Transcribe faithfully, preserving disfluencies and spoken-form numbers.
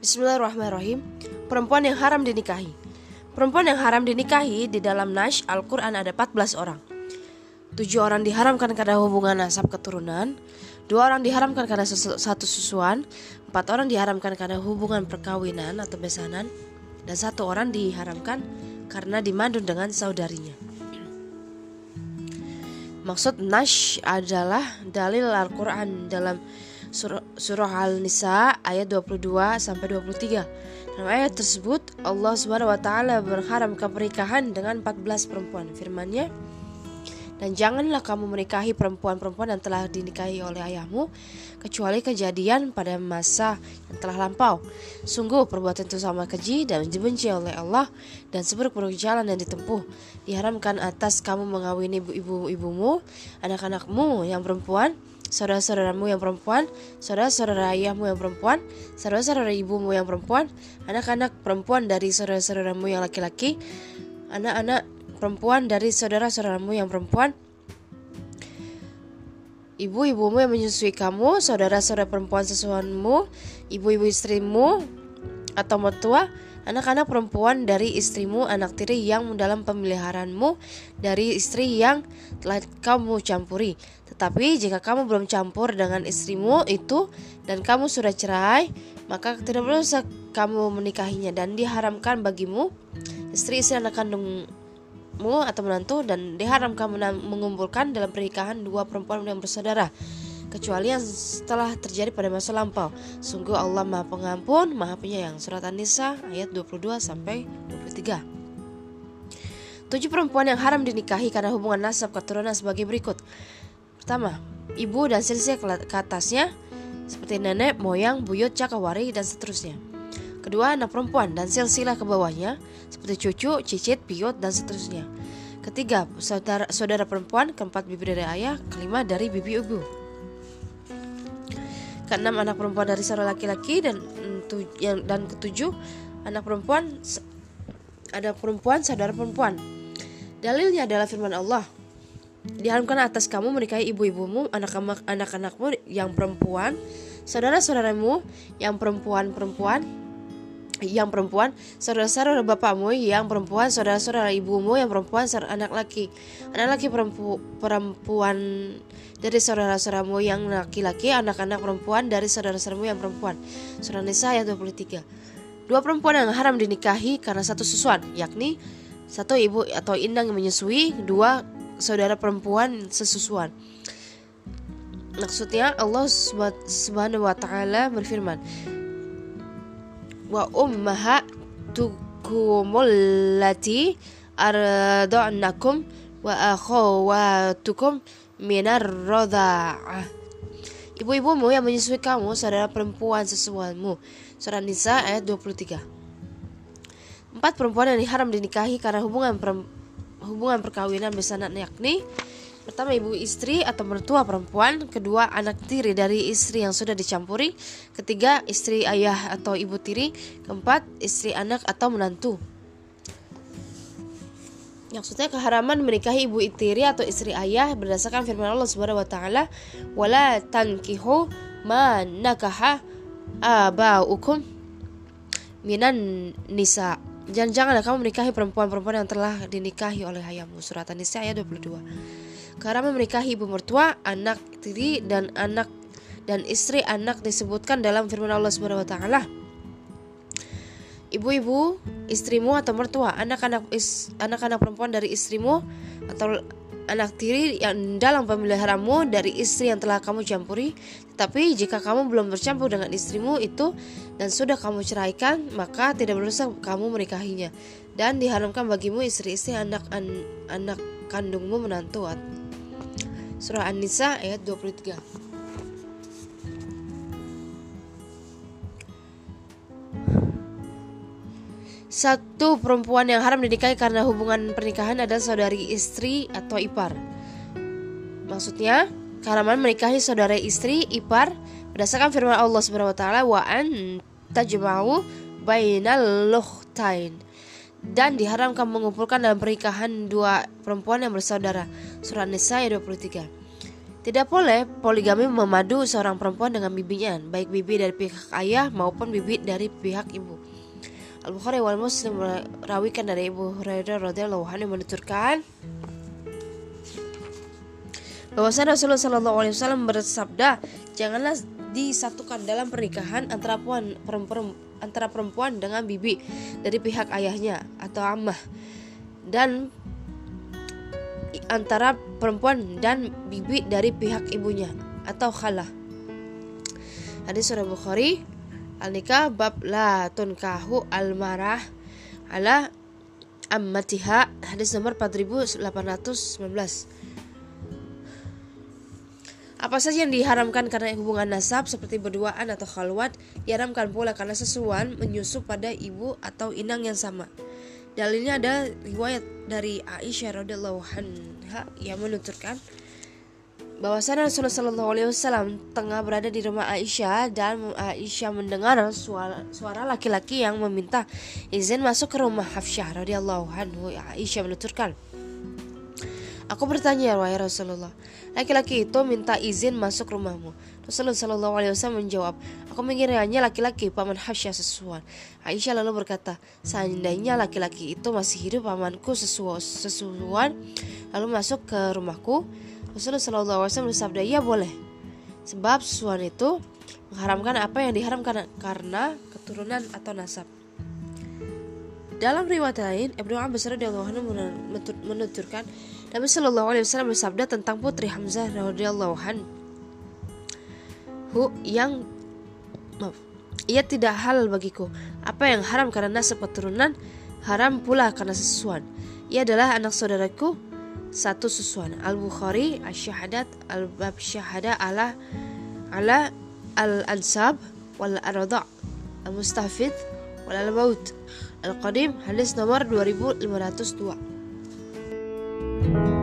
Bismillahirrahmanirrahim. Perempuan yang haram dinikahi. Perempuan yang haram dinikahi di dalam Nash Al-Quran ada empat belas orang. Tujuh orang diharamkan karena hubungan nasab keturunan, dua orang diharamkan karena sesu- satu susuan, empat orang diharamkan karena hubungan perkawinan atau besanan, dan satu orang diharamkan karena dimandu dengan saudarinya. Maksud Nash adalah dalil Al-Quran dalam Surah, surah Al-Nisa ayat dua puluh dua sampai dua puluh tiga. Dalam ayat tersebut Allah Subhanahu wa taala mengharamkan pernikahan dengan empat belas perempuan. Firman-Nya, "Dan janganlah kamu menikahi perempuan-perempuan yang telah dinikahi oleh ayahmu kecuali kejadian pada masa yang telah lampau. Sungguh perbuatan itu sama keji dan dibenci oleh Allah dan seburuk-buruk jalan yang ditempuh. Diharamkan atas kamu mengawini ibu-ibumu, anak-anakmu yang perempuan, saudara-saudaramu yang perempuan, saudara-saudara ayahmu yang perempuan, saudara-saudara ibumu yang perempuan, anak-anak perempuan dari saudara-saudaramu yang laki-laki, anak-anak perempuan dari saudara-saudaramu yang perempuan, ibu-ibumu yang menyusui kamu, saudara-saudara perempuan sesuamu, ibu-ibu istrimu atau mertua, anak-anak perempuan dari istrimu, anak tiri yang dalam pemeliharaanmu dari istri yang telah kamu campuri. Tetapi jika kamu belum campur dengan istrimu itu dan kamu sudah cerai, maka tidak perlu kamu menikahinya, dan diharamkan bagimu istri-istri anak kandungmu atau menantu, dan diharamkan mengumpulkan dalam pernikahan dua perempuan yang bersaudara kecuali yang telah terjadi pada masa lampau. Sungguh Allah Maha Pengampun, Maha Penyayang. Surat An-Nisa ayat dua puluh dua sampai dua puluh tiga. Tujuh perempuan yang haram dinikahi karena hubungan nasab keturunan sebagai berikut. Pertama, ibu dan silsilah ke atasnya seperti nenek, moyang, buyut, cakawari, dan seterusnya. Kedua, anak perempuan dan silsilah ke bawahnya seperti cucu, cicit, piut, dan seterusnya. Ketiga, saudara, saudara perempuan. Keempat, bibi dari ayah. Kelima, dari bibi ibu. Keenam, anak perempuan dari saudara laki-laki, dan yang dan ketujuh, anak perempuan ada perempuan saudara perempuan. Dalilnya adalah firman Allah, diharamkan atas kamu menikahi ibu-ibumu, anak-anak anak-anakmu yang perempuan, saudara-saudaramu yang perempuan-perempuan yang perempuan, saudara-saudara bapakmu yang perempuan, saudara-saudara ibumu yang perempuan, saudara anak laki, anak laki perempu, perempuan dari saudara-saudaramu yang laki-laki, anak-anak perempuan dari saudara-saudaramu yang perempuan. Surah Nisa ayat dua puluh tiga. Dua perempuan yang haram dinikahi karena satu susuan, yakni satu ibu atau indang yang menyusui, dua saudara perempuan sesusuan. Maksudnya Allah Subhanahu wa taala berfirman, wa ummahatukumul lati arda'nakum wa akhawatukum minar radha'ah. Ibu-ibumu yang menyusui kamu, saudara perempuan sesuamu. Surah Nisa ayat dua puluh tiga. Empat perempuan yang diharam dinikahi karena hubungan per, hubungan perkawinan besanan, yakni pertama, ibu istri atau mertua perempuan. Kedua, anak tiri dari istri yang sudah dicampuri. Ketiga, istri ayah atau ibu tiri. Keempat, istri anak atau menantu. Maksudnya keharaman menikahi ibu tiri atau istri ayah berdasarkan firman Allah Subhanahu wa taala, "Wala tankihu ma nakaha abaukum minan nisa." Dan janganlah kamu menikahi perempuan-perempuan yang telah dinikahi oleh ayahmu. Surat An-Nisa ayat dua puluh dua. Karena menikahi ibu mertua, anak tiri, dan anak dan istri anak disebutkan dalam firman Allah Subhanahu wa taala, ibu-ibu istrimu atau mertua, anak-anak is, anak-anak perempuan dari istrimu atau anak tiri yang dalam pemeliharaanmu dari istri yang telah kamu campuri. Tetapi jika kamu belum bercampur dengan istrimu itu dan sudah kamu ceraikan, maka tidak berdosa kamu menikahinya, dan diharamkan bagimu istri-istri anak an, anak kandungmu menantu. Surah An-Nisa ayat dua puluh tiga. Satu perempuan yang haram dinikahi karena hubungan pernikahan adalah saudari istri atau ipar. Maksudnya keharaman menikahi saudara istri ipar berdasarkan firman Allah Subhanahu wa taala, wa an tajma'u bainal lukhtain, dan diharamkan mengumpulkan dalam pernikahan dua perempuan yang bersaudara. Surah An-Nisa ayat dua puluh tiga. Tidak boleh poligami memadu seorang perempuan dengan bibinya, baik bibi dari pihak ayah maupun bibi dari pihak ibu. Al-Bukhari wal Muslim merawikan dari Ibu Hurairah radhiyallahu anhu menuturkan bahwasanya Rasulullah shallallahu alaihi wasallam bersabda, janganlah disatukan dalam pernikahan antara perempuan, perempuan antara perempuan dengan bibi dari pihak ayahnya atau ammah, dan antara perempuan dan bibi dari pihak ibunya atau khalah. Hadis Sahih Bukhari Al-Nikah bab la tunkahu al-marah ala ammatiha, hadis nomor empat ribu delapan ratus sembilan belas. Apa saja yang diharamkan karena hubungan nasab seperti berduaan atau khalwat diharamkan pula karena sesuatu menyusup pada ibu atau inang yang sama. Dalilnya ada riwayat dari Aisyah radhiyallahu anha yang menuturkan bahwasanya Rasulullah shallallahu alaihi wasallam tengah berada di rumah Aisyah dan Aisyah mendengar suara, suara laki-laki yang meminta izin masuk ke rumah Hafsyah radhiyallahu anhu. Aisyah menuturkan, aku bertanya, wahai Rasulullah, laki-laki itu minta izin masuk rumahmu. Rasulullah shallallahu alaihi wasallam menjawab, aku mengiranya laki-laki paman Hafsyah sesuatu. Aisyah lalu berkata, seandainya laki-laki itu masih hidup pamanku sesuatu lalu masuk ke rumahku. Rasulullah shallallahu alaihi wasallam bersabda, ya boleh, sebab sesuatu itu mengharamkan apa yang diharamkan karena keturunan atau nasab. Dalam riwayat lain, Ibnu Abbas radhiyallahu anhu menuturkan, Nabi Shallallahu alaihi wasallam bersabda tentang putri Hamzah radhiyallahu anhu yang maaf, ia tidak halal bagiku. Apa yang haram karena nasab keturunan, haram pula karena sesuatu. Ia adalah anak saudaraku satu susuan. Al-Bukhari Asy-Syahadat al-bab syahada ala ala al-ansab wal arda' al-mustafid wal al-maut Al-Qadim, hadis nomor dua ribu lima ratus dua.